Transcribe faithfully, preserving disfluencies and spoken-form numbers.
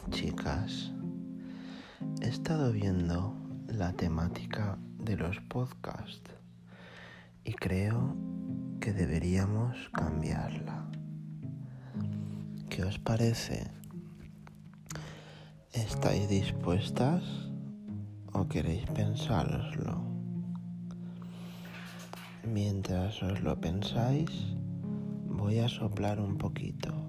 Chicas, he estado viendo la temática de los podcasts y creo que deberíamos cambiarla. ¿Qué os parece? ¿Estáis dispuestas o queréis pensároslo? Mientras os lo pensáis, voy a soplar un poquito.